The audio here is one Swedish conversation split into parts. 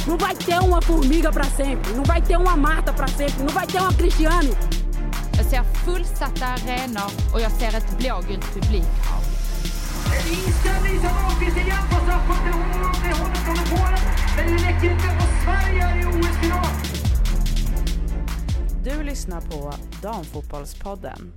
Não vai ter uma Formiga para sempre. Não vai ter uma Marta para sempre. Não vai ter uma Cristiane. Jag ser fullsatta arenor och jag ser ett blågult publikhav. Inställning som Ahlqvist igen på straffpunkten. Hon kommer på den. Men det räcker inte och Sverige är i OS-final. Du lyssnar på Damfotbollspodden.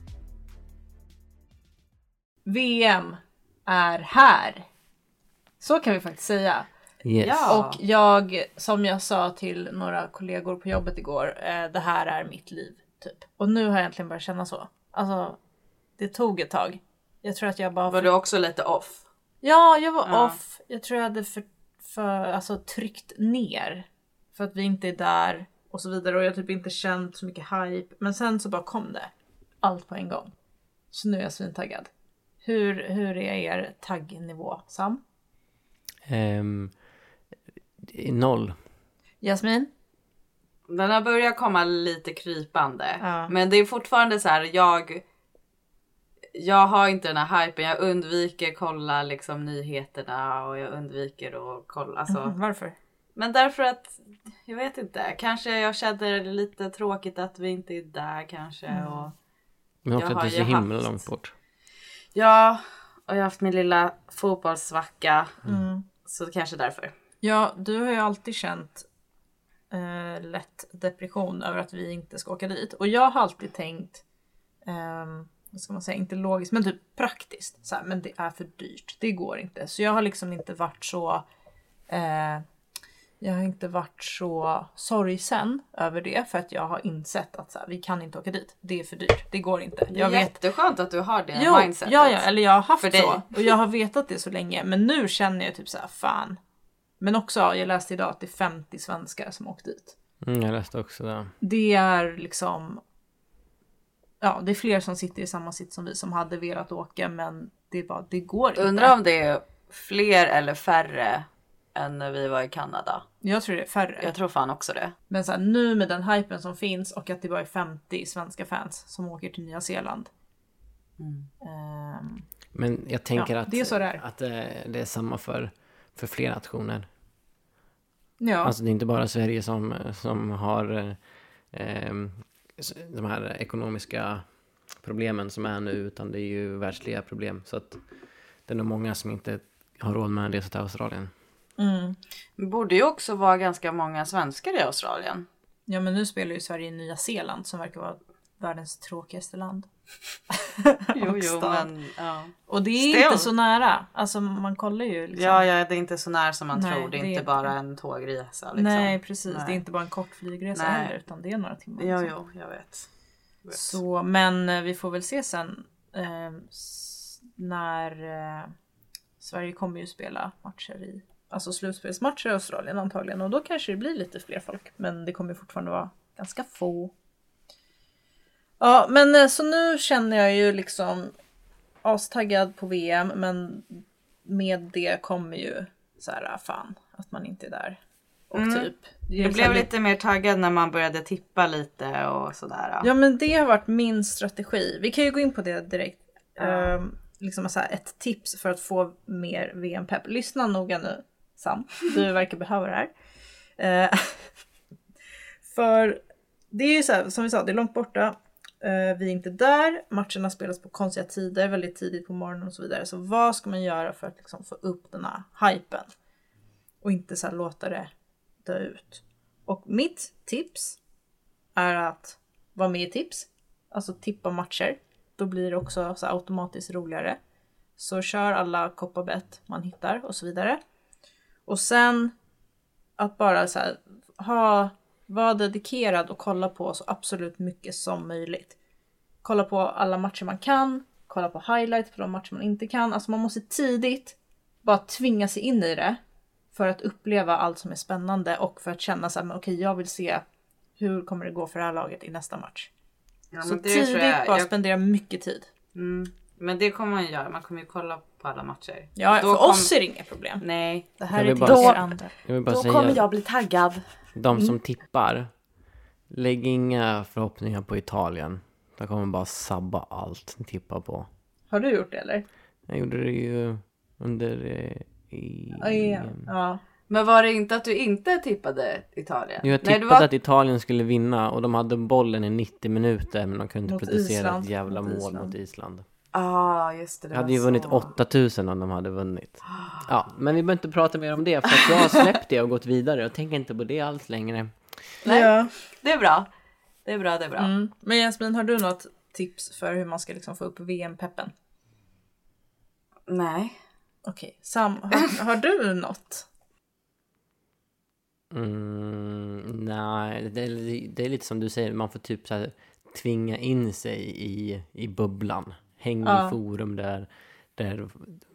VM är här. Så kan vi faktiskt säga. Yes. Ja. Och jag, som jag sa till några kollegor på jobbet igår, det här är mitt liv, typ. Och nu har jag egentligen börjat känna så. Alltså, det tog ett tag. Jag tror att jag bara... Var du också lite off? Ja, jag var off. Jag tror jag hade alltså, tryckt ner. För att vi inte är där och så vidare. Och jag har typ inte känt så mycket hype. Men sen så bara kom det. Allt på en gång. Så nu är jag svintaggad. Hur är er taggnivå, Sam? 0. Jasmin? Den har börjat komma lite krypande. Ja. Men det är fortfarande så här, jag har inte den här hypen. Jag undviker kolla liksom nyheterna och jag undviker att kolla. Alltså. Varför? Men därför att, jag vet inte. Kanske jag känner det lite tråkigt att vi inte är där kanske. Och Men också att det är så himla långt bort. Ja, och jag har haft min lilla fotbollssvacka. Så kanske därför. Ja, du har ju alltid känt lätt depression över att vi inte ska åka dit. Och jag har alltid tänkt, vad ska man säga, inte logiskt, men typ praktiskt. Så här, men det är för dyrt, det går inte. Så jag har liksom inte varit så... jag har inte varit så sorgsen över det. För att jag har insett att så här, vi kan inte åka dit. Det är för dyrt, det går inte. Det är jätteskönt att du har det mindsetet. Ja, eller jag har haft för så. dig. Och jag har vetat det så länge. Men nu känner jag typ så här, fan. Men också, jag läste idag att det är 50 svenskar som åkt dit. Jag läste också det. Det är liksom... Ja, det är fler som sitter i samma sitt som vi som hade velat åka. Men det går inte. Undrar om det är fler eller färre än när vi var i Kanada. Jag tror det är färre. Jag tror fan också det. Men så här, nu med den hypen som finns och att det bara är 50 svenska fans som åker till Nya Zeeland. Men jag tänker det är så det är. att det är samma för fler nationer. Ja. Alltså det är inte bara Sverige som har de här ekonomiska problemen som är nu, utan det är ju världsliga problem. Så att det är nog många som inte har råd med en resa till Australien. Det borde ju också vara ganska många svenskar i Australien. Ja, men nu spelar ju Sverige i Nya Zeeland som verkar vara världens tråkigaste land. Jo, men ja. Och det är inte så nära. Alltså man kollar ju liksom. Ja, det är inte så nära som man Nej, tror. Det är inte bara en tågresa liksom. Nej, precis. Nej. det är inte bara en kort flygresa heller, utan det är några timmar. Jo, jag vet. Så, men vi får väl se sen när Sverige kommer ju spela matcher alltså slutspelsmatcher i Australien antagligen, och då kanske det blir lite fler folk, men det kommer fortfarande vara ganska få. Ja, men så nu känner jag ju liksom astaggad på VM, men med det kommer ju så här, fan, att man inte är där. Och typ Jag blev lite mer taggad när man började tippa lite och sådär. Ja, men det har varit min strategi. Vi kan ju gå in på det direkt. Liksom så här, ett tips för att få mer VM-pepp. Lyssna noga nu, Sam. Du verkar behöva det här. För det är ju så här, som vi sa, det är långt borta. Vi är inte där. Matcherna spelas på konstiga tider, väldigt tidigt på morgonen och så vidare. Så vad ska man göra för att liksom få upp den här hypen? Och inte så här låta det dö ut. Och mitt tips är att vara med i tips. Alltså tippa matcher. Då blir det också så automatiskt roligare. Så kör alla kopparbett man hittar och så vidare. Och sen att bara så här, vara dedikerad och kolla på så absolut mycket som möjligt. Kolla på alla matcher man kan. Kolla på highlights på de matcher man inte kan. Alltså man måste tidigt bara tvinga sig in i det. För att uppleva allt som är spännande. Och för att känna så här, men okej, jag vill se hur kommer det gå för det här laget i nästa match. Ja, så tidigt bara spendera mycket tid. Men det kommer man göra. Man kommer ju kolla på alla matcher. Ja, för oss är det inga problem. Nej. Det här är Jag till vill bara er andra. Då kommer jag bli taggad. De som tippar, lägg inga förhoppningar på Italien. De kommer bara sabba allt ni tippar på. Har du gjort det eller? Jag gjorde det ju under Ja. Men var det inte att du inte tippade Italien? Jag tippade att Italien skulle vinna och de hade bollen i 90 minuter men de kunde inte producera ett jävla mål mot Island. Just det. Jag hade ju vunnit 8000 om de hade vunnit. Ja, men vi behöver inte prata mer om det för att jag har släppt det och gått vidare och tänker inte på det alls längre. Nej, Ja. det är bra. Det är bra. Men Jasmin, har du något tips för hur man ska liksom få upp VM-peppen? Nej. Okej, Sam, har du något? Nej, det är lite som du säger, man får typ så här tvinga in sig i bubblan. Häng i forum där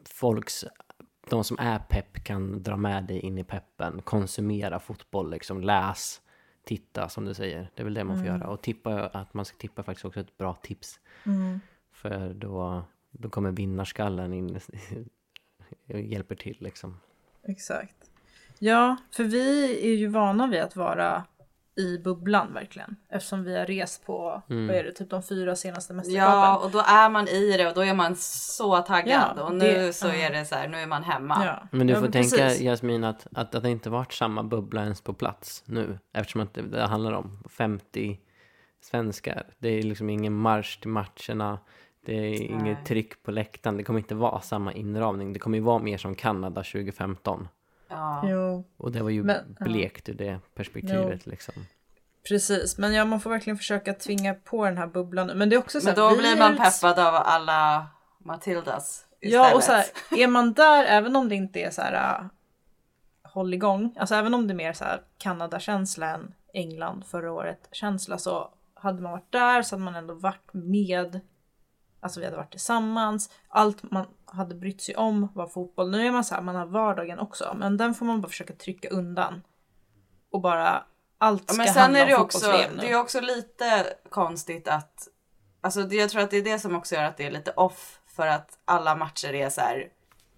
de som är pepp kan dra med dig in i peppen. Konsumera fotboll, liksom läs, titta som du säger. Det är väl det man får göra. Och att man ska tippa faktiskt också ett bra tips. För då kommer vinnarskallen in och hjälper till liksom. Exakt. Ja, för vi är ju vana vid att vara i bubblan verkligen. Eftersom vi har rest på, vad är det, typ de 4 senaste mästerskapen. Ja, och då är man i det och då är man så taggad. Och nu är det så här, nu är man hemma. Ja. Men du får tänka, precis. Jasmin, att det inte varit samma bubbla ens på plats nu. Eftersom att det handlar om 50 svenskar. Det är liksom ingen marsch till matcherna. Det är inget tryck på läktaren. Det kommer inte vara samma inramning. Det kommer ju vara mer som Kanada 2015. Ja. Jo, Och det var ju blekt ur det perspektivet liksom. precis. Men man får verkligen försöka tvinga på den här bubblan nu. Men det är också så Men då blir man peppad av alla Matildas istället. Ja, och så här, är man där, även om det inte är så här håll igång, alltså även om det är mer så här Kanada-känsla än England förra året känsla, så hade man varit där så hade man ändå varit med. Alltså vi hade varit tillsammans. Allt man hade brytt sig om var fotboll. Nu är man så här, man har vardagen också. Men den får man bara försöka trycka undan. Och bara allt ska handla om fotbolls-VM nu. Det är också lite konstigt att... Alltså jag tror att det är det som också gör att det är lite off. För att alla matcher är så här...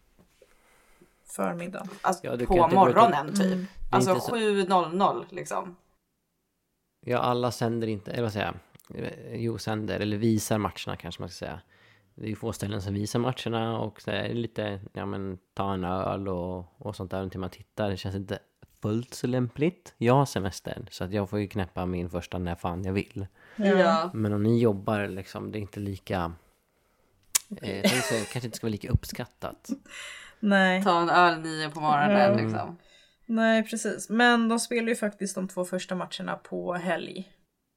Förmiddag. Alltså, på morgonen typ. Alltså 7:00 liksom. Ja, alla sänder inte, eller vad säger jag? Jo, sänder eller visar matcherna kanske man ska säga. Det är ju få ställen som visar matcherna och så är det lite, ta en öl och sånt där till man tittar. Det känns inte fullt så lämpligt. Jag har semester så att jag får ju knäppa min första när fan jag vill. Ja. Men om ni jobbar liksom, det är inte lika kanske inte ska vara lika uppskattat. Nej. Ta en öl 9 på morgonen liksom. Nej, precis. Men de spelar ju faktiskt de 2 första matcherna på helg.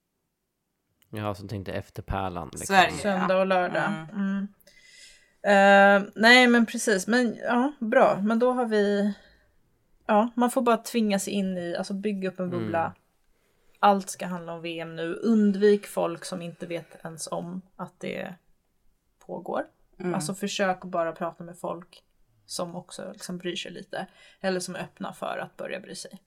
Ja, så tänkte efter Pärlan. Liksom. Sverige, Söndag och lördag. Nej, men precis. Men ja, bra. Men då har vi... Ja, man får bara tvinga sig in i... Alltså bygga upp en bubbla. Allt ska handla om VM nu. Undvik folk som inte vet ens om att det pågår. Alltså försök bara prata med folk som också liksom bryr sig lite. Eller som är öppna för att börja bry sig.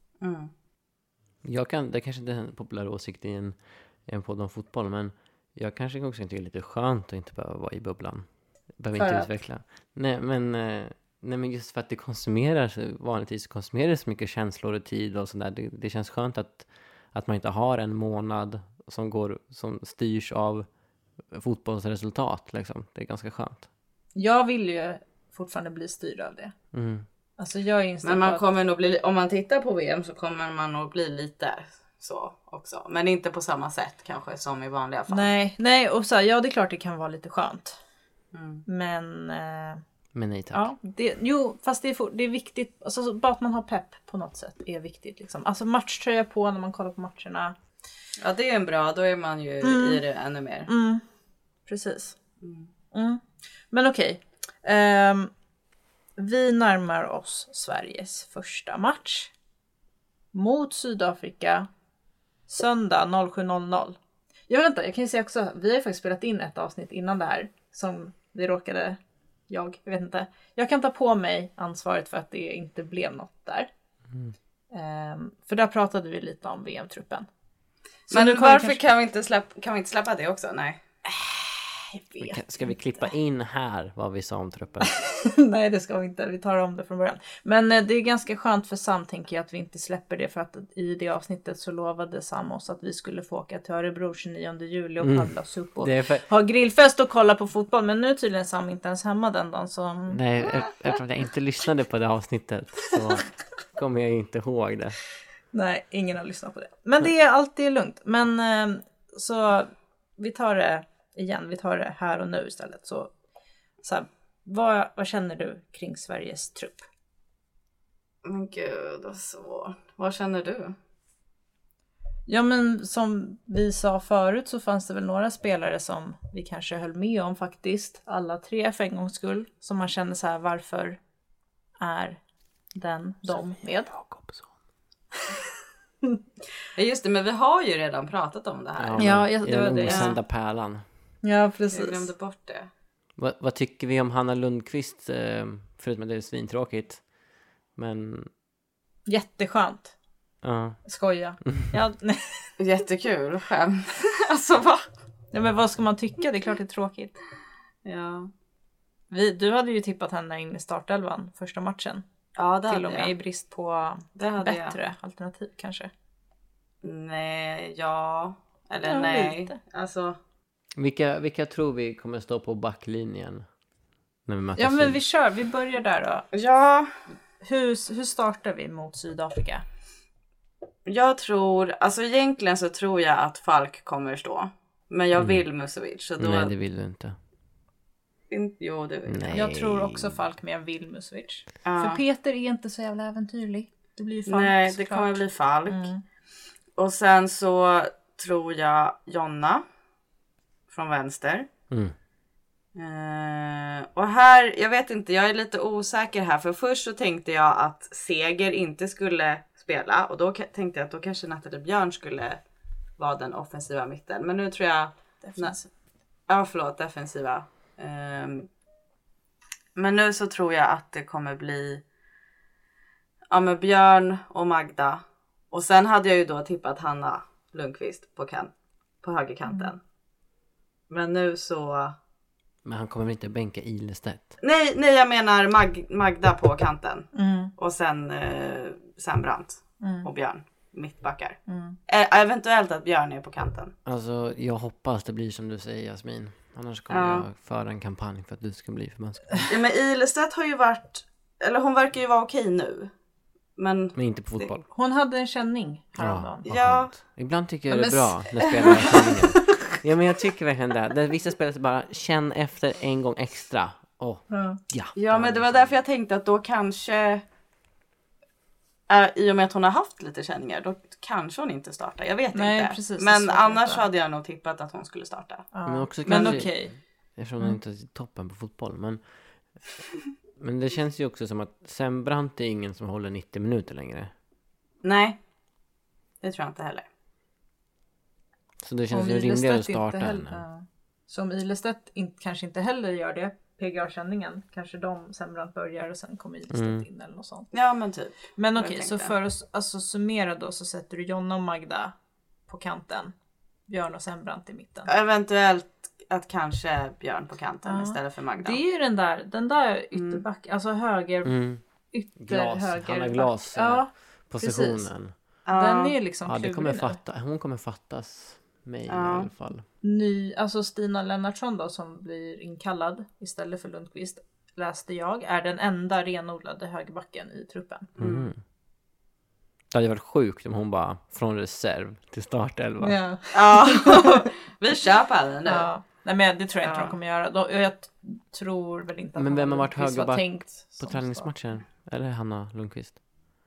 Det kanske inte är en populär åsikt i en podd om fotboll, men jag kanske också tycker det är lite skönt att inte behöva vara i bubblan. Behöver inte utveckla. Nej, men just för att det vanligtvis konsumerar så mycket känslor och tid och sådär. Det känns skönt att man inte har en månad som styrs av fotbollsresultat liksom. Det är ganska skönt. Jag vill ju fortfarande bli styrd av det. Alltså jag är men man kommer nog bli, om man tittar på VM så kommer man nog bli lite så också. Men inte på samma sätt kanske som i vanliga fall. Nej, och så här, ja, det är klart det kan vara lite skönt. Men nej tack. Ja, fast det är viktigt. Alltså bara att man har pepp på något sätt är viktigt liksom. Alltså matchtröja på när man kollar på matcherna. Ja, det är en bra, då är man ju i det ännu mer. Precis. Men okej. Vi närmar oss Sveriges första match mot Sydafrika söndag 07:00. Jag kan ju säga också, vi har ju faktiskt spelat in ett avsnitt innan det här som vi råkade, jag vet inte. Jag kan ta på mig ansvaret för att det inte blev något där. För där pratade vi lite om VM-truppen. Så men varför kan vi inte släppa det också? Nej. Ska vi klippa in här vad vi sa om truppen? Nej, det ska vi inte. Vi tar om det från början. Men det är ganska skönt för Sam, tänker jag, att vi inte släpper det. För att i det avsnittet så lovade Sam oss att vi skulle få åka till Örebro 29 juli och paddla sup och ha grillfest och kolla på fotboll. Men nu är tydligen Sam inte ens hemma den dagen. Så... Nej, eftersom jag inte lyssnade på det avsnittet så kommer jag inte ihåg det. Nej, ingen har lyssnat på det. Men det är alltid lugnt. Men så vi tar det igen. Vi tar det här och nu istället. Så här, vad känner du kring Sveriges trupp? Men gud, vad svårt. Vad känner du? Ja, men som vi sa förut så fanns det väl några spelare som vi kanske höll med om faktiskt. Alla 3 för en gångs skull. Som man känner så här, varför är de med? Ja, just det, men vi har ju redan pratat om det här. Ja, det var den det. osända pärlan. Ja, Jag precis. glömde bort det. Vad tycker vi om Hanna Lundqvist? Förutom att det är svintråkigt. Men... Jätteskönt. Ja. Skoja. Ja, nej. Jättekul skämt. Alltså va? Ja, men vad ska man tycka? Det är klart det är tråkigt. Ja. Du hade ju tippat henne in i startelvan första matchen. Ja, det Till och hade med i jag. brist på Det hade bättre alternativ kanske. Nej, ja. Eller Ja, nej. lite. Alltså. Vilka tror vi kommer stå på backlinjen? När vi möter Ja, men Syd? vi börjar där då. Ja. Hur startar vi mot Sydafrika? Jag tror, alltså egentligen så tror jag att Falk kommer stå. Men jag vill Musovic. Så då... Nej, det vill du inte. Jo, det vill jag. Nej. Jag tror också Falk, men jag vill Musovic. Ja. För Peter är inte så jävla äventyrlig. Det blir ju Falk. Nej, det såklart. kommer bli Falk. Och sen så tror jag Jonna från vänster. Mm. Och här, jag vet inte, jag är lite osäker här. För först så tänkte jag att Seger inte skulle spela. Och då tänkte jag att då kanske Nathalie Björn skulle vara den offensiva mitten. Men nu tror jag... defensiva. Men nu så tror jag att det kommer bli med Björn och Magda. Och sen hade jag ju då tippat Hanna Lundqvist på högerkanten. Men nu så... Men han kommer väl inte bänka Ilestedt? Nej, jag menar Magda på kanten. Och sen Brandt och Björn. Mittbackar. Eventuellt att Björn är på kanten. Alltså, jag hoppas det blir som du säger, Jasmin. Annars kommer jag föra en kampanj för att du ska bli förbannad. Ja, men Ilestedt har ju varit... Eller hon verkar ju vara okej nu. Men inte på fotboll. Hon hade en känning häromdagen. Ja. Skönt. Ibland tycker jag det är bra när spelare känner. Ja, men jag tycker verkligen det. Där vissa spelare bara känn efter en gång extra. Ja, men det var därför jag tänkte att då kanske... I och med att hon har haft lite känningar, då kanske hon inte startar. Jag vet inte. Precis, men annars hade jag nog tippat att hon skulle starta. Men också Men kanske, okej. eftersom hon inte är toppen på fotboll. Men det känns ju också som att Sembrant är ingen som håller 90 minuter längre. Nej, det tror jag inte heller. Så det känns ju rimligare att starta henne. Så om Ilestedt kanske inte heller gör det, PGA-känningen, kanske de Sembrant börjar och sen kommer Ilestedt in eller något sånt. Ja, men typ. Men okej, så för att summera då så sätter du Jonna och Magda på kanten. Björn och Sembrant i mitten. Eventuellt att kanske Björn på kanten istället för Magda. Det är ju den där ytterback, alltså höger, ytterhöger. Han har glas positionen. Precis. Den är liksom det kommer hon kommer fattas mig i alla fall. Alltså Stina Lennartsson då som blir inkallad istället för Lundqvist, läste jag, är den enda renodlade högerbacken i truppen. Det hade varit sjukt om hon bara från reserv till startelva. Ja. Vi kör på henne nu. Ja. Nej, men det tror jag inte de kommer göra. Jag tror väl inte att men vem har varit Lundqvist högerback tänkt på träningsmatchen? Eller Hanna Lundqvist?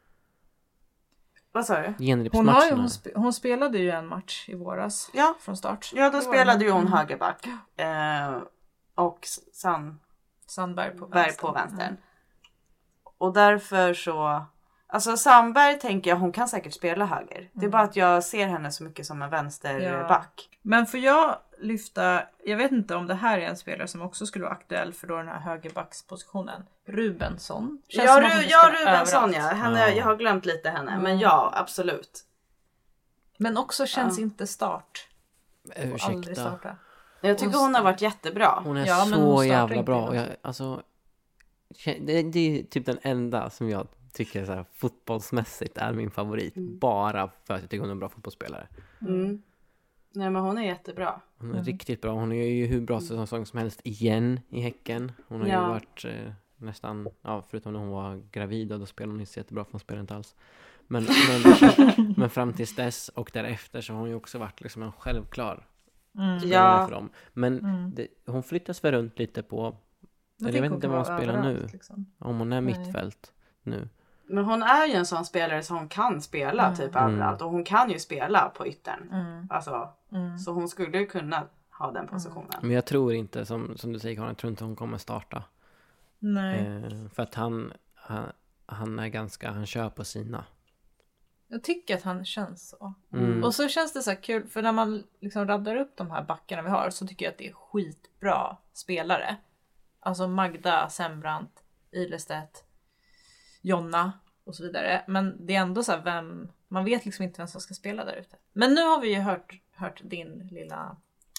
Vad sa du? Genrepsmatcherna. Hon spelade ju en match i våras från start. Ja, då spelade ju hon högerback. Och Sandberg på vänster. Och därför så... Alltså Sandberg tänker jag, hon kan säkert spela höger. Det är bara att jag ser henne så mycket som en vänsterback. Men får jag lyfta, jag vet inte om det här är en spelare som också skulle vara aktuell för då den här högerbackspositionen. Rubensson. Rubensson, jag har glömt lite henne. Men ja, absolut. Men också känns inte start. Ursäkta. Starta. Jag tycker hon har varit jättebra. Hon är så jävla bra. Och det är typ den enda som jag tycker så här, fotbollsmässigt är min favorit. Bara för att jag tycker hon är en bra fotbollsspelare. Nej, men hon är jättebra. Hon är riktigt bra. Hon är ju hur bra säsong som helst igen i Häcken. Hon har ju varit nästan, ja, förutom när hon var gravid och då spelade hon inte så jättebra för hon spelade inte alls. Men fram tills dess och därefter så har hon ju också varit liksom en självklar spelare för dem. Men hon flyttas väl runt lite på, eller jag vet inte vad hon spelar nu. Liksom. Om hon är mittfält nu. Men hon är ju en sån spelare som kan spela typ överallt. Och hon kan ju spela på yttern. Alltså, så hon skulle ju kunna ha den positionen. Men jag tror inte, som du säger Karin, jag tror inte hon kommer starta. Nej. För att han är ganska, han kör på sina. Jag tycker att han känns så. Och så känns det så här kul, för när man liksom raddar upp de här backarna vi har så tycker jag att det är skitbra spelare. Alltså Magda, Sembrant, Ilestedt, Jonna och så vidare. Men det är ändå så här, man vet liksom inte vem som ska spela där ute. Men nu har vi ju hört din lilla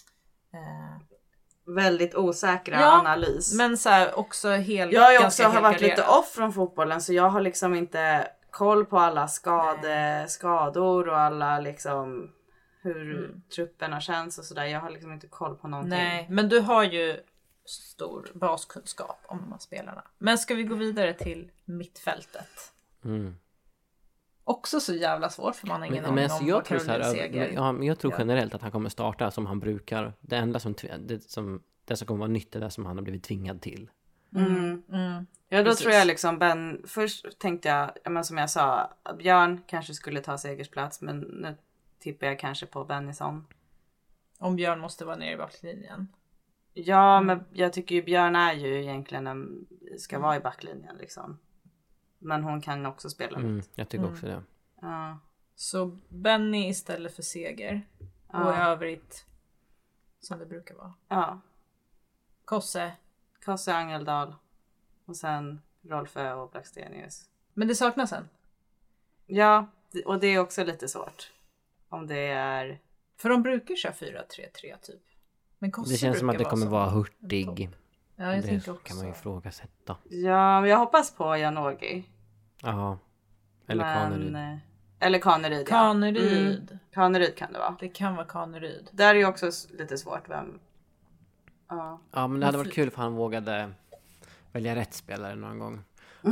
väldigt osäkra analys. Men så här, också helt. Jag har också varit lite off från fotbollen, så jag har liksom inte koll på alla skador och alla liksom hur trupperna känns och sådär. Jag har liksom inte koll på någonting. Nej, men du har ju stor baskunskap om de här spelarna. Men ska vi gå vidare till mittfältet? Också så jävla svårt för man har ingen aning om vad Caroline Seger. Jag tror generellt att han kommer starta som han brukar. Det enda som kommer vara nytt är det som han har blivit tvingad till. Ja, då tror jag liksom först tänkte jag, men som jag sa, att Björn kanske skulle ta Segers plats, men nu tippar jag kanske på Bennison. Om Björn måste vara nere i backlinjen. Ja, men jag tycker ju Björn är ju egentligen ska vara i backlinjen liksom. Men hon kan också spela mitt. Jag tycker också det. Ja. Så Benny istället för Seger. Och i övrigt som det brukar vara. Ja. Kosse, Angeldal. Och sen Rolfö och Blackstenius. Men det saknas en. Ja, och det är också lite svårt. Om det är... För de brukar köra 4-3-3 typ. Men Kosse det känns som att det kommer vara Hurtig. Ja, jag tänker också. Kan man ju ifrågasätta. Ja, jag hoppas på Janogy. Ja. Eller Kaneryd. Eller Kaneryd. Kaneryd. Kaneryd kan det vara. Det kan vara Kaneryd. Där är ju också lite svårt vem. Ja, men det hade varit kul för han vågade välja rätt spelare någon gång.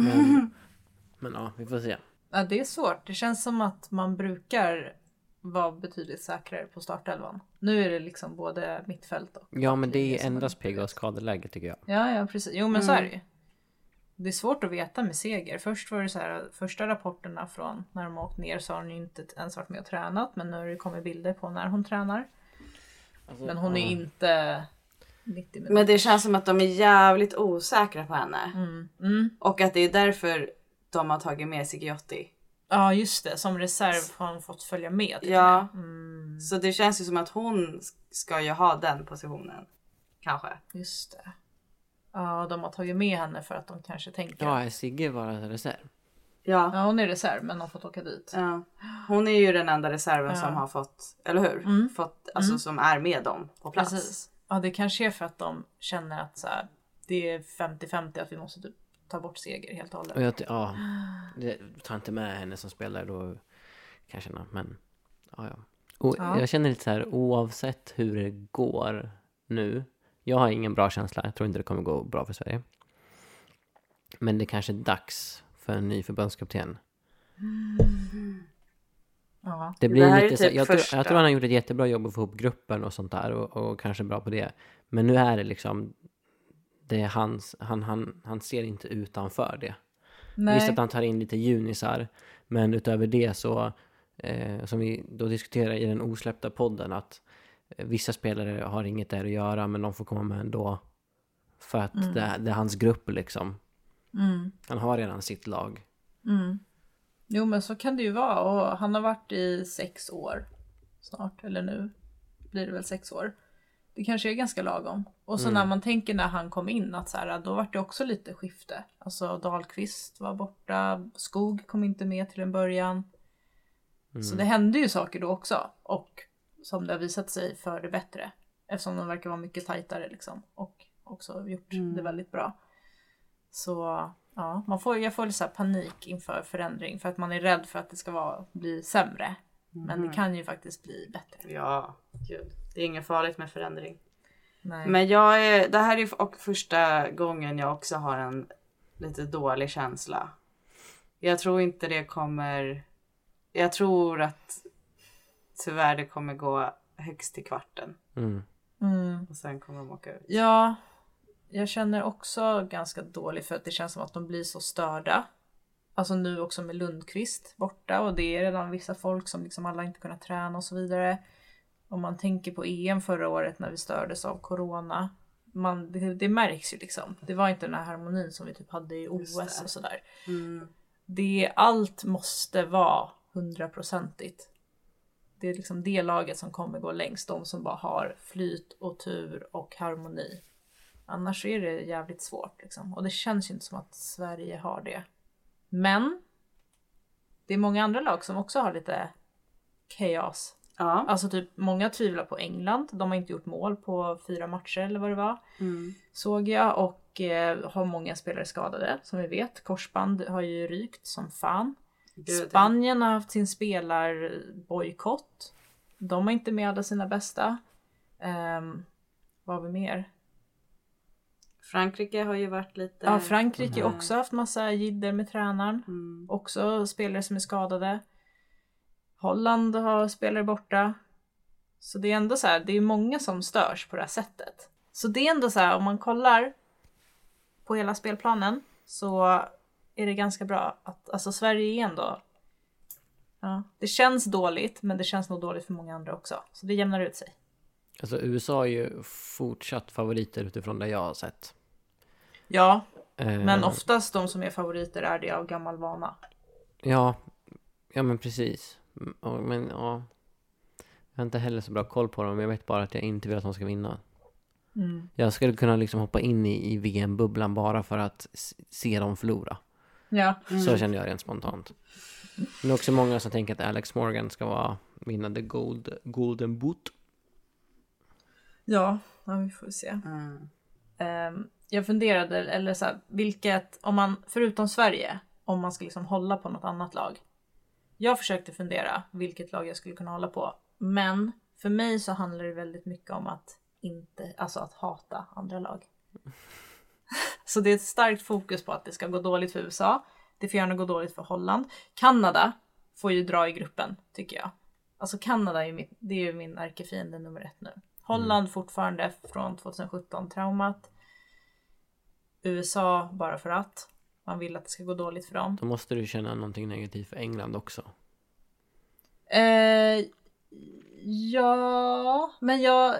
Men ja, vi får se. Ja, det är svårt. Det känns som att man brukar vara betydligt säkrare på startelvan. Nu är det liksom både mittfält och... Ja, men det är endast pigga och skadeläge tycker jag. Ja, precis. Jo, men så är det ju. Det är svårt att veta med Seger. Först var det så här, första rapporterna från när de åkt ner så har hon ju inte ens varit med och tränat. Men nu har det kommit bilder på när hon tränar. Alltså, men hon är inte 90 minuter. Men det känns som att de är jävligt osäkra på henne. Och att det är därför de har tagit med Sigiotti. Ja, just det. Som reserv har hon fått följa med. Ja. Så det känns ju som att hon ska ju ha den positionen. Kanske. Just det. Ja, de har tagit med henne för att de kanske tänker... Ja, är Sigge bara reserv? Ja, hon är reserv men de har fått åka dit. Ja. Hon är ju den enda reserven som har fått, eller hur? Alltså som är med dem på plats. Precis. Ja, det kanske är för att de känner att så här, det är 50-50 att vi måste typ ta bort Seger helt och hållet. Och jag tar inte med henne som spelare då kanske, men ja. Och jag känner lite så här, oavsett hur det går nu. Jag har ingen bra känsla. Jag tror inte det kommer gå bra för Sverige. Men det kanske är dags för en ny förbundskapten. Ja. Det blir det lite typ så, jag tror han har gjort ett jättebra jobb att få ihop gruppen och sånt där och kanske bra på det. Men nu är det liksom det är han ser inte utanför det. Nej. Visst att han tar in lite junisar, men utöver det så som vi då diskuterar i den osläppta podden att vissa spelare har inget där att göra men de får komma med ändå för att det är hans grupp liksom. Han har redan sitt lag. Jo, men så kan det ju vara. Och han har varit i 6 år snart. Eller nu blir det väl 6 år. Det kanske är ganska lagom. Och så när man tänker när han kom in att så här, då var det också lite skifte. Alltså Dahlqvist var borta. Skog kom inte med till en början. Så det hände ju saker då också. Och som det har visat sig för det bättre. Eftersom de verkar vara mycket tajtare liksom. Och också gjort det väldigt bra. Så ja, jag får lite så här panik inför förändring. För att man är rädd för att det ska bli sämre. Men det kan ju faktiskt bli bättre. Ja, gud. Det är inget farligt med förändring. Nej. Men det här är ju första gången jag också har en lite dålig känsla. Jag tror inte det kommer... Jag tror att tyvärr det kommer gå högst till kvarten. Och sen kommer de åka ut. Ja, jag känner också ganska dåligt för att det känns som att de blir så störda. Alltså nu också med Lundqvist borta och det är redan vissa folk som liksom alla inte kunnat träna och så vidare. Om man tänker på EM förra året när vi stördes av corona. Det märks ju liksom. Det var inte den här harmonin som vi typ hade i OS och sådär. Allt måste vara 100%igt. Det är liksom det laget som kommer gå längst. De som bara har flyt och tur och harmoni. Annars är det jävligt svårt liksom. Och det känns ju inte som att Sverige har det. Men det är många andra lag som också har lite chaos. Ja. Alltså typ många tvivlar på England. De har inte gjort mål på 4 matcher eller vad det var. Såg jag. Och har många spelare skadade. Som vi vet. Korsband har ju rykt som fan. Spanien har haft sin spelarbojkott. De har inte med alla sina bästa. Vad har vi mer? Frankrike har ju varit lite... Ja, Frankrike har också haft massa jidder med tränaren. Också spelare som är skadade. Holland har spelare borta. Så det är ändå så här, det är många som störs på det här sättet. Så det är ändå så här, om man kollar på hela spelplanen så är det ganska bra att, alltså Sverige är ändå, ja, det känns dåligt men det känns nog dåligt för många andra också. Så det jämnar ut sig. Alltså USA är ju fortsatt favoriter utifrån det jag har sett. Ja, men oftast de som är favoriter är det av gammal vana. Ja men precis. Men ja, jag har inte heller så bra koll på dem. Jag vet bara att jag inte vill att de ska vinna. Jag skulle kunna liksom hoppa in i VM-bubblan bara för att se dem förlora. Ja. Så kände jag rent spontant. Men det är också många som tänker att Alex Morgan ska vinna the golden boot. Ja, vi får se. Jag funderade, eller så här, vilket, om man, förutom Sverige, om man ska liksom hålla på något annat lag. Jag försökte fundera vilket lag jag skulle kunna hålla på. Men för mig så handlar det väldigt mycket om att att hata andra lag. Så det är ett starkt fokus på att det ska gå dåligt för USA. Det får gärna gå dåligt för Holland. Kanada får ju dra i gruppen, tycker jag. Alltså Kanada det är ju min ärkefiende nummer 1 nu. Holland fortfarande från 2017 traumat. USA bara för att man vill att det ska gå dåligt för dem. Då måste du känna någonting negativt för England också. Ja, men ja.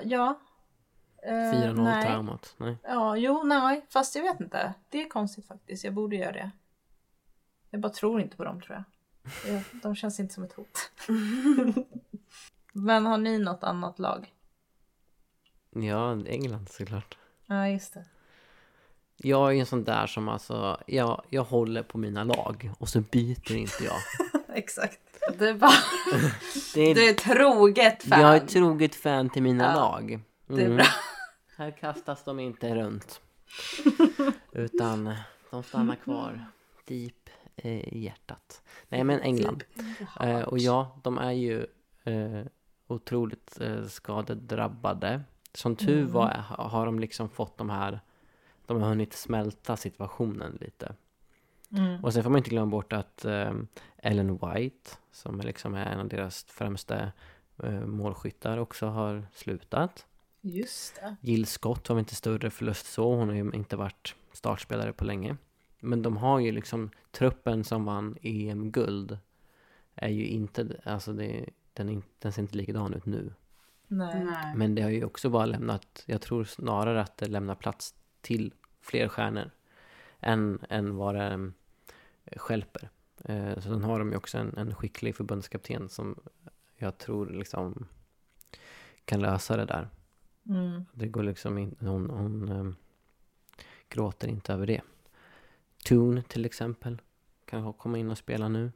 4-0 traumat, nej. Ja, nej, fast jag vet inte. Det är konstigt faktiskt, jag borde göra det. Jag bara tror inte på dem, tror jag. De känns inte som ett hot. Men har ni något annat lag? Ja, England såklart. Ja, just det. Jag är en sån där som alltså, jag håller på mina lag och så byter inte jag. Exakt. Du är troget fan. Jag är troget fan till mina lag. Det är bra. Här kastas de inte runt. Utan de stannar kvar deep i hjärtat. Nej, men England. Och ja, de är ju otroligt skadedrabbade. Som tur var har de liksom fått de har hunnit smälta situationen lite. Och sen får man inte glömma bort att Ellen White, som liksom är en av deras främsta målskyttar, också har slutat. Just det. Jill Scott var inte större förlust så. Hon har ju inte varit startspelare på länge. Men de har ju liksom truppen som vann EM-guld är ju inte, alltså den ser inte likadan ut nu. Nej. Men det har ju också bara lämnat, jag tror snarare att det lämnar plats till fler stjärnor än vad det stjälper. Så den har de ju också en skicklig förbundskapten som jag tror liksom kan lösa det där. Det går liksom inte, hon gråter inte över det. Toon till exempel kan komma in och spela nu.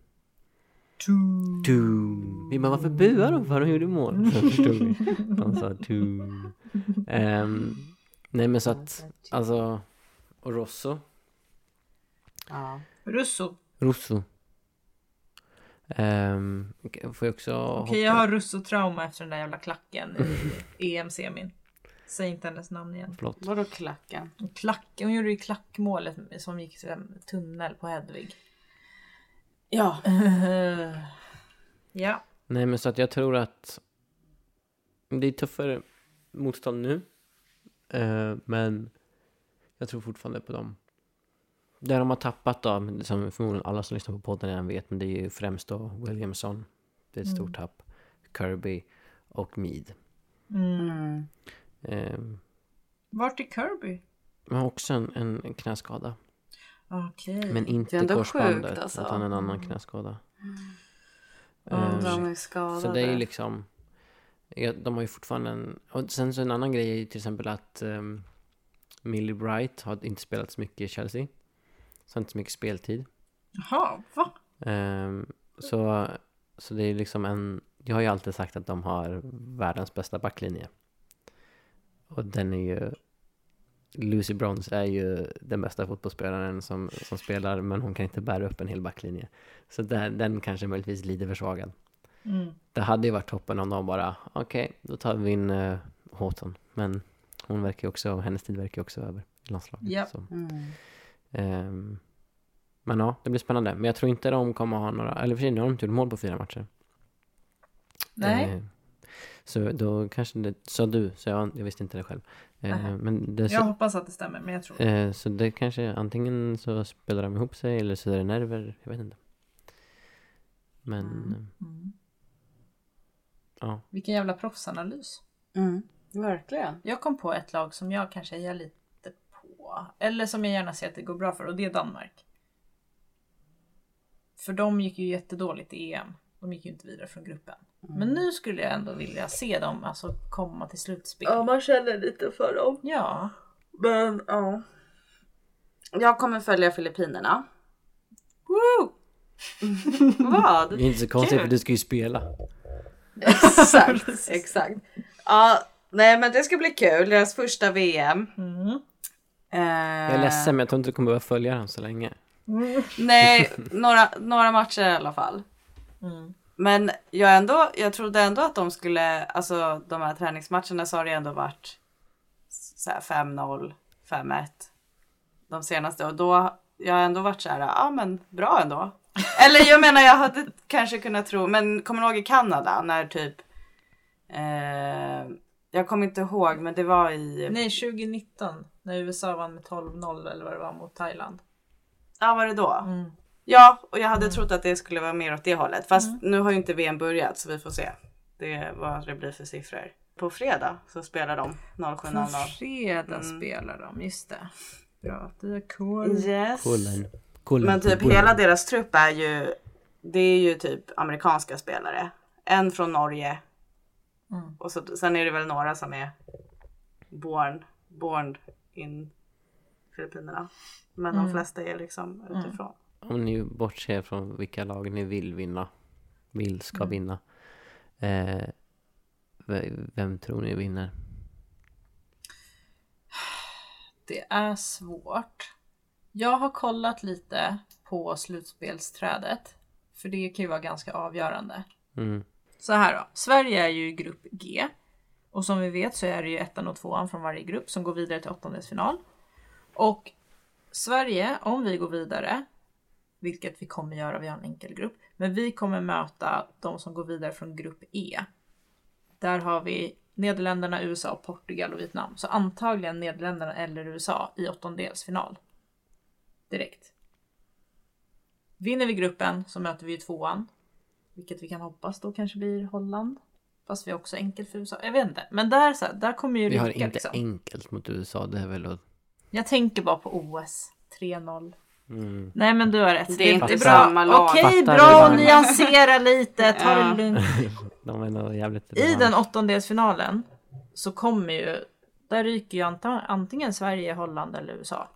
Toon. Vi bara, varför buar de för? De gjorde mål. Så förstod vi. De sa Toon. Nej, men så att alltså, och Rosso. Ja. Russo. Får jag också Okej, jag har Russo-trauma efter den där jävla klacken i EM-semin. Säg inte hennes namn igen. Förlåt. Vadå klacken? Hon gjorde ju klackmålet som gick till en tunnel på Hedvig. Ja. Ja. Nej, men så att jag tror att det är tuffare motstånd nu. Men jag tror fortfarande på dem. Där de har tappat då, som förmodligen alla som lyssnar på podden redan vet, men det är ju främst då Williamson. Det är ett stort tapp. Kirby och Mead. Vart är Kirby? Men också en knäskada. Okej. Men Det är inte ändå korsbandet, sjukt, alltså. utan en annan knäskada. De är skadade. Så det är liksom, de har ju fortfarande och sen så en annan grej är ju till exempel att Millie Bright har inte spelat så mycket i Chelsea. Så inte så mycket speltid. Jaha, va? Så det är liksom jag har ju alltid sagt att de har världens bästa backlinje. Och den är ju, Lucy Bronze är ju den bästa fotbollsspelaren som spelar, men hon kan inte bära upp en hel backlinje. Så den kanske möjligtvis lite försvagad. Det hade ju varit toppen om de bara, okej, då tar vi in Houghton. Men hon verkar ju också, hennes tid verkar ju också över i landslaget. Yep. Så. Men ja, det blir spännande. Men jag tror inte de kommer ha några, eller för sig, nu har de inte gjort mål på 4 matcher. Nej. Så då kanske det sa du, så jag visste inte det själv. Men det, Jag hoppas att det stämmer, men jag tror så det kanske, antingen så spelar de ihop sig eller så är det nerver, jag vet inte. Men ja. Vilken jävla proffsanalys. Verkligen. Jag kom på ett lag som jag kanske är lite på. Eller som jag gärna ser att det går bra för. Och det är Danmark. För de gick ju jättedåligt i EM. De gick ju inte vidare från gruppen. Men nu skulle jag ändå vilja se dem alltså komma till slutspel. Ja, man känner lite för dem. Ja. Men ja. Jag kommer följa Filippinerna. Woo! Vad? Det är inte så konstigt för du ska ju spela. Exakt. Ja, nej men det ska bli kul. Deras första VM. Jag är ledsen, men jag tror inte du kommer behöva följa dem så länge. Nej, några matcher i alla fall. Men jag trodde ändå att de skulle, alltså de här träningsmatcherna så har det ändå varit så här 5-0, 5-1 de senaste, och då jag har ändå varit så här, ja men bra ändå. Eller jag menar, jag hade kanske kunnat tro, men kommer du ihåg i Kanada när typ jag kommer inte ihåg, men det var i 2019 när USA vann med 12-0 eller vad det var mot Thailand. Ja, var det då? Ja, och jag hade trott att det skulle vara mer åt det hållet. Fast nu har ju inte VM börjat, så vi får se vad det blir för siffror. På fredag så spelar de 07:00. På fredag spelar de, just det. Bra, det är cool. Yes. Kollen. Men typ hela deras trupp är ju typ amerikanska spelare. En från Norge. Och sen är det väl några som är born in Filippinerna. Men de flesta är liksom utifrån. Om ni bortser från vilka lag ni ska vinna. Vem tror ni vinner? Det är svårt. Jag har kollat lite på slutspelsträdet. För det kan ju vara ganska avgörande. Så här då. Sverige är ju i grupp G. Och som vi vet så är det ju 1:an och 2:an från varje grupp som går vidare till 8-delsfinal. Och Sverige, om vi går vidare, vilket vi kommer göra, vi har en enkel grupp, men vi kommer möta de som går vidare från grupp E. Där har vi Nederländerna, USA, Portugal och Vietnam. Så antagligen Nederländerna eller USA i 8-delsfinal. Direkt. Vinner vi gruppen så möter vi 2:an. Vilket vi kan hoppas då kanske blir Holland. Fast vi har också enkelt för USA. Jag vet inte. Men där kommer ju Vi har rycka, inte liksom. enkelt mot USA. Det är väl Jag tänker bara på OS. 3-0. Nej, men du har rätt. Det är inte samma lag. Okej, bra att nyansera lite. Ta det lugnt. De är nog jävligt I den 8-delsfinalen så kommer ju, där ryker ju antingen Sverige, Holland eller USA.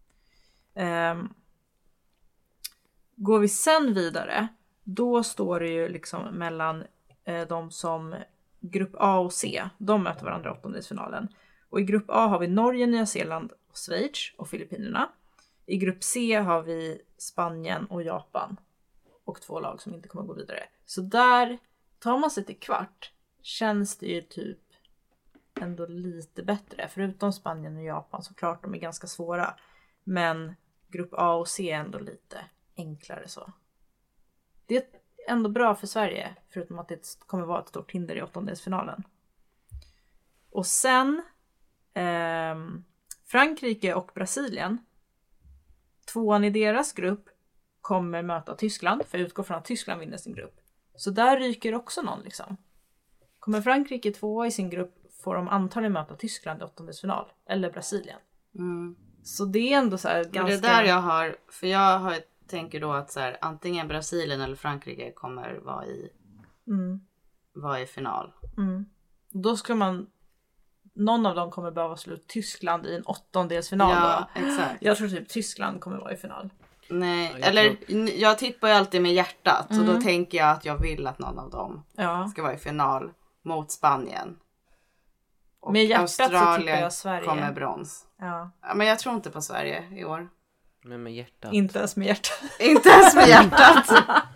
Går vi sen vidare, då står det ju liksom mellan de som grupp A och C. De möter varandra i 8-delsfinalen. Och i grupp A har vi Norge, Nya Zeeland, och Schweiz och Filippinerna. I grupp C har vi Spanien och Japan. Och 2 lag som inte kommer gå vidare. Så där tar man sig till kvart. Känns det ju typ ändå lite bättre. Förutom Spanien och Japan såklart, de är ganska svåra. Men grupp A och C är ändå lite enklare så. Det är ändå bra för Sverige, förutom att det kommer vara ett stort hinder i åttondelsfinalen. Och sen Frankrike och Brasilien. Tvåan i deras grupp kommer möta Tyskland, för jag utgår från att Tyskland vinner sin grupp. Så där ryker också någon liksom. Kommer Frankrike tvåa i sin grupp får de antagligen möta Tyskland i åttondelsfinal. Eller Brasilien. Så det är ändå så här ganska... Men det där jag har... För jag tänker då att så här, antingen Brasilien eller Frankrike kommer vara i final. Då ska man... Någon av dem kommer behöva slå ut Tyskland i en åttondelsfinal ja, då. Exakt. Jag tror typ Tyskland kommer vara i final. Nej, jag tippar ju alltid med hjärtat. Så då tänker jag att jag vill att någon av dem ska vara i final mot Spanien. Och med hjärtat Australien så tippar jag Sverige. Kommer brons. Ja. Men jag tror inte på Sverige i år. Men med hjärtat. Inte ens med hjärtat. Inte ens med hjärtat.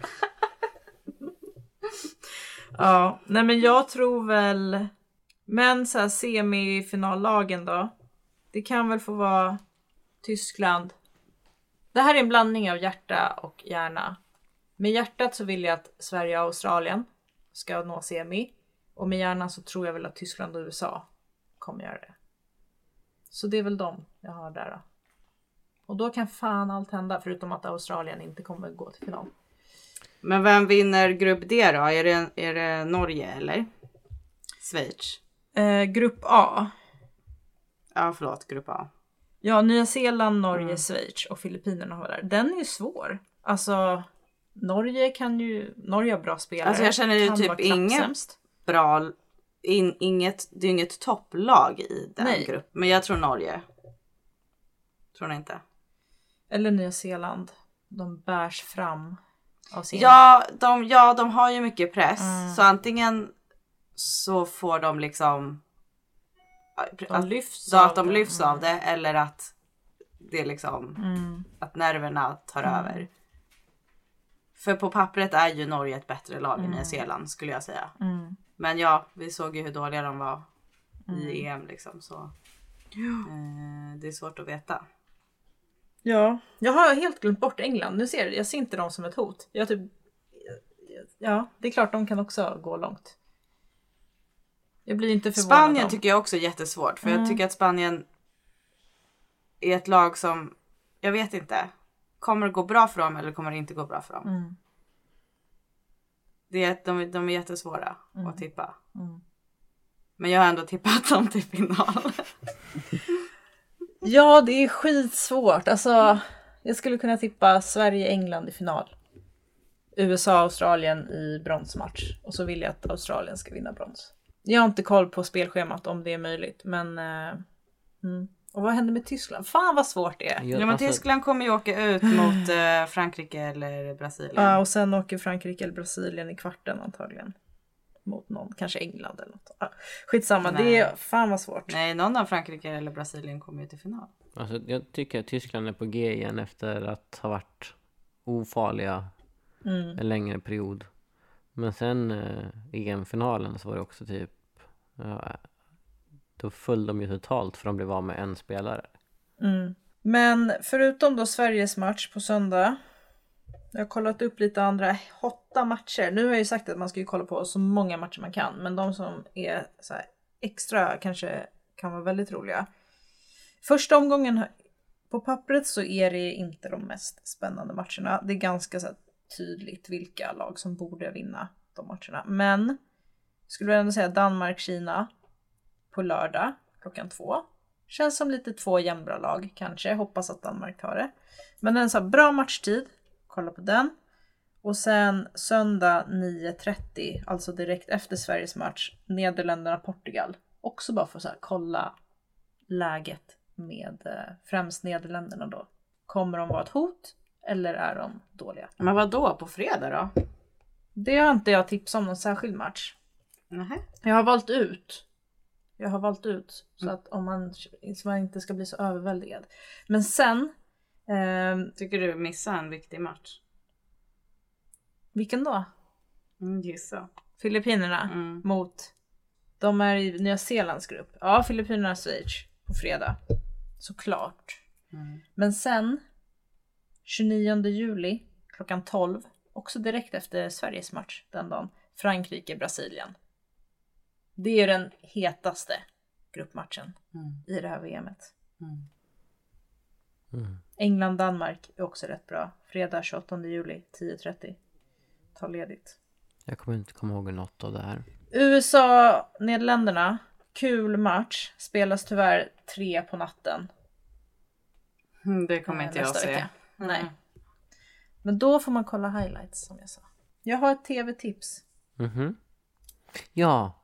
Ja, nej men jag tror väl... Men så här semifinallagen då. Det kan väl få vara Tyskland. Det här är en blandning av hjärta och hjärna. Med hjärtat så vill jag att Sverige och Australien ska nå semi. Och med hjärnan så tror jag väl att Tyskland och USA kommer göra det. Så det är väl de jag har där då. Och då kan fan allt hända, förutom att Australien inte kommer gå till final. Men vem vinner grupp D då? Är det Norge eller Schweiz? Grupp A. Ja, förlåt, grupp A. Ja, Nya Zeeland, Norge, Schweiz och Filippinerna har där. Den är ju svår. Alltså, Norge har bra spelare. Alltså jag känner ju typ inget bra... det är inget topplag i den gruppen. Men jag tror Norge. Tror ni inte? Eller Nya Zeeland. De bärs fram av sin... Ja, de har ju mycket press. Så antingen så får de liksom... De lyfts av det. Eller att det liksom... Att nerverna tar över. För på pappret är ju Norge ett bättre lag än Nya Zeeland, skulle jag säga. Men ja, vi såg ju hur dåliga de var i EM liksom. Så det är svårt att veta. Ja, jag har helt glömt bort England. Jag ser inte dem som ett hot. Ja, det är klart de kan också gå långt. Jag blir inte förvånad. Spanien tycker jag också är jättesvårt. För jag tycker att Spanien är ett lag som, jag vet inte, kommer det gå bra för dem eller kommer det inte gå bra för dem? De är jättesvåra att tippa. Men jag har ändå tippat dem till final. Ja, det är skitsvårt. Alltså, jag skulle kunna tippa Sverige-England i final. USA-Australien i bronsmatch. Och så vill jag att Australien ska vinna brons. Jag har inte koll på spelschemat om det är möjligt. Men... Och vad händer med Tyskland? Fan vad svårt det är. Ja, men Tyskland kommer ju åka ut mot Frankrike eller Brasilien. Ja, och sen åker Frankrike eller Brasilien i kvarten antagligen. Mot någon, kanske England eller något. Skitsamma, det är fan vad svårt. Nej, någon av Frankrike eller Brasilien kommer ju till final. Alltså, jag tycker att Tyskland är på G igen efter att ha varit ofarliga en längre period. Men sen i EM-finalen så var det också typ... då föll de ju totalt för de blev av med en spelare. Men förutom då Sveriges match på söndag. Jag har kollat upp lite andra hotta matcher. Nu har jag ju sagt att man ska ju kolla på så många matcher man kan. Men de som är så här extra kanske kan vara väldigt roliga. Första omgången på pappret så är det inte de mest spännande matcherna. Det är ganska så här tydligt vilka lag som borde vinna de matcherna. Men skulle jag ändå säga Danmark-Kina på lördag klockan 2. Känns som lite 2 jämnbra lag kanske. Hoppas att Danmark tar det. Men en så här bra matchtid. Kolla på den. Och sen söndag 9:30. Alltså direkt efter Sveriges match. Nederländerna-Portugal. Också bara för att så här kolla läget med främst Nederländerna då. Kommer de vara ett hot? Eller är de dåliga? Men vad då på fredag då? Det har inte jag tips om någon särskild match. Jag har valt ut. Så att om man inte ska bli så överväldigad. Men sen... tycker du missar en viktig match? Vilken då? Gissa. Filippinerna mot De är i Nya Zeelands grupp. Ja, Filippinerna och Schweiz på fredag. Såklart. Men sen 29 juli klockan 12, också direkt efter Sveriges match den dagen, Frankrike-Brasilien. Det är den hetaste gruppmatchen i det här VMet. England-Danmark är också rätt bra. Fredag 28 juli 10:30. Ta ledigt. Jag kommer inte komma ihåg något av det här. USA-Nederländerna. Kul match. Spelas tyvärr 3 på natten. Det kommer inte jag se. Nej. Men då får man kolla highlights som jag sa. Jag har ett tv-tips. Ja.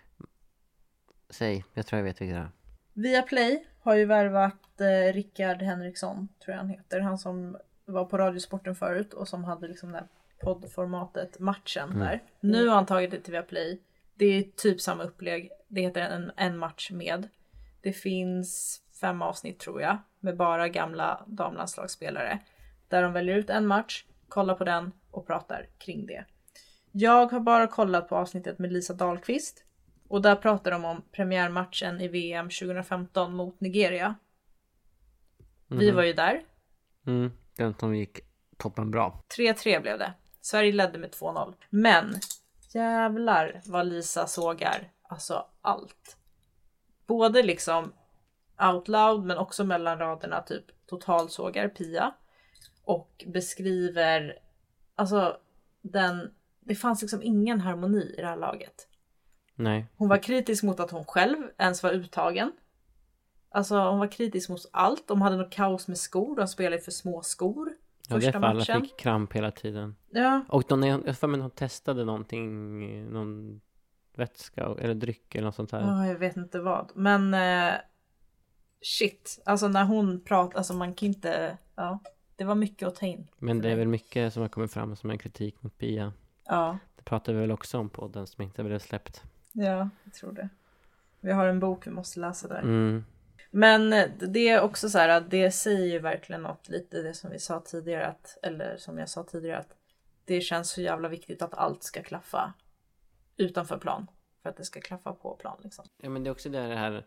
Säg, jag tror jag vet vilket det är. Viaplay har ju värvat Rickard Henriksson, tror jag han heter. Han som var på Radiosporten förut och som hade liksom det här poddformatet, matchen där. Nu har han tagit det till Viaplay. Det är typ samma upplägg. Det heter en match med. Det finns 5 avsnitt tror jag, med bara gamla damlandslagsspelare. Där de väljer ut en match, kollar på den och pratar kring det. Jag har bara kollat på avsnittet med Lisa Dahlqvist. Och där pratar de om premiärmatchen i VM 2015 mot Nigeria. Vi var ju där. Den som gick toppen bra. 3-3 blev det. Sverige ledde med 2-0. Men jävlar vad Lisa sågar. Alltså allt. Både liksom out loud men också mellan raderna typ totalsågar Pia. Och beskriver, alltså det fanns liksom ingen harmoni i det här laget. Nej. Hon var kritisk mot att hon själv ens var uttagen. Alltså hon var kritisk mot allt. De hade något kaos med skor. De spelade för små skor. Första matchen. Alla fick kramp hela tiden. Ja. Och de testade någonting, någon vätska eller dryck eller något sånt här. Jag vet inte vad. Men shit. Alltså när hon pratar, alltså man kan inte, det var mycket att ta in. Men det är väl mycket som har kommit fram som en kritik mot Pia. Ja. Det pratar vi väl också om på den som inte blev släppt. Ja, jag tror det. Vi har en bok vi måste läsa där. Men det är också så här att det säger ju verkligen något lite det som vi sa tidigare eller som jag sa tidigare att det känns så jävla viktigt att allt ska klaffa utanför plan för att det ska klaffa på plan liksom. Ja, men det är också det här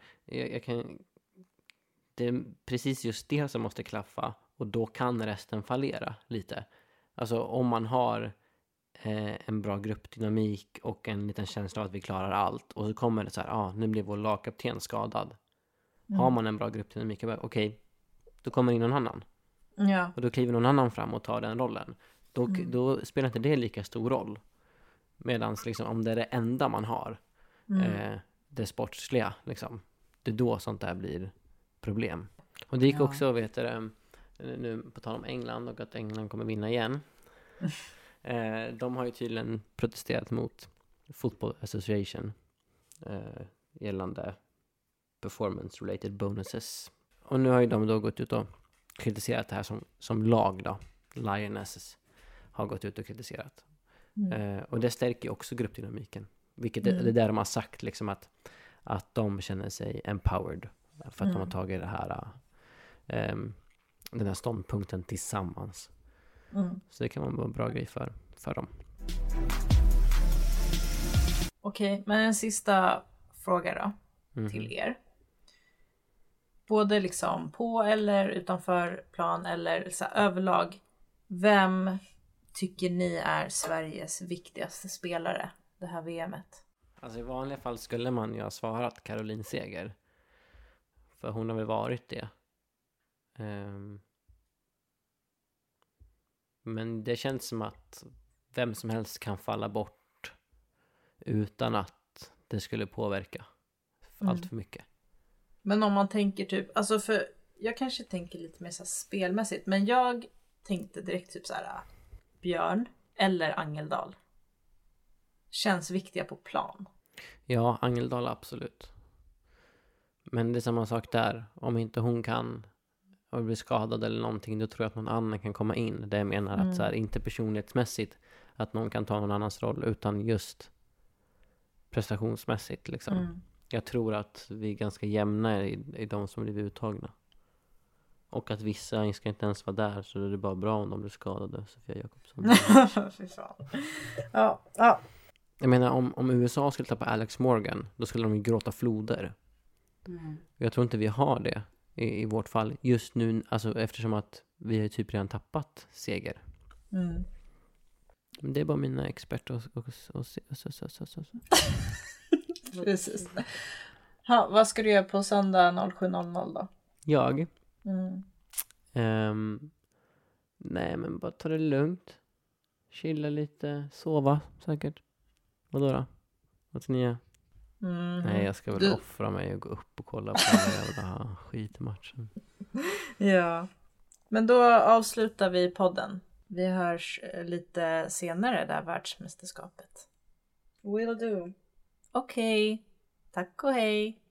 det är precis just det som måste klaffa och då kan resten fallera lite. Alltså om man har en bra gruppdynamik och en liten känsla av att vi klarar allt och så kommer det så här, nu blir vår lagkapten skadad. Har man en bra gruppdynamik, okej, då kommer in någon annan. Ja. Och då kliver någon annan fram och tar den rollen. Då spelar inte det lika stor roll. Medan liksom, om det är det enda man har, det sportsliga, liksom, det är då sånt där blir problem. Och det gick också, nu på tal om England och att England kommer vinna igen. De har ju tydligen protesterat mot Football Association gällande performance-related bonuses. Och nu har ju de då gått ut och kritiserat det här som lag då. Lionesses har gått ut och kritiserat. Och det stärker ju också gruppdynamiken. Vilket det är där de har sagt liksom att de känner sig empowered. För att de har tagit det här den här ståndpunkten tillsammans. Så det kan vara en bra grej för dem. Okej, men en sista fråga då till er. Både liksom på eller utanför plan eller så här, överlag. Vem tycker ni är Sveriges viktigaste spelare det här VMet? Alltså i vanliga fall skulle man ju ha svarat Caroline Seger. För hon har väl varit det. Men det känns som att vem som helst kan falla bort utan att det skulle påverka allt för mycket. Men om man tänker typ, alltså för jag kanske tänker lite mer så här spelmässigt, men jag tänkte direkt typ så här Björn eller Angeldal. Känns viktiga på plan. Ja, Angeldal absolut. Men det är samma sak där. Om inte hon kan och blir skadad eller någonting, då tror jag att någon annan kan komma in. Det jag menar att så här, inte personlighetsmässigt att någon kan ta någon annans roll, utan just prestationsmässigt liksom. Jag tror att vi är ganska jämna i de som blir uttagna. Och att vissa ska inte ens vara där, så det är bara bra om de blir skadade. Sofia Jakobsson. Fy fan. Ja. Jag menar, om USA skulle tappa Alex Morgan, då skulle de ju gråta floder. Jag tror inte vi har det i vårt fall just nu, alltså eftersom att vi har typ redan tappat seger. Men det är bara mina experter och Precis. Ha, vad ska du göra på söndag 07.00 då? Jag? Nej, men bara ta det lugnt. Chilla lite, sova säkert. Vadå då? Vad ska ni göra? Nej, jag ska väl offra mig och gå upp och kolla på den jävla skitmatchen. Ja. Men då avslutar vi podden. Vi hörs lite senare där världsmästerskapet. Will do. Okej. Tack och hej.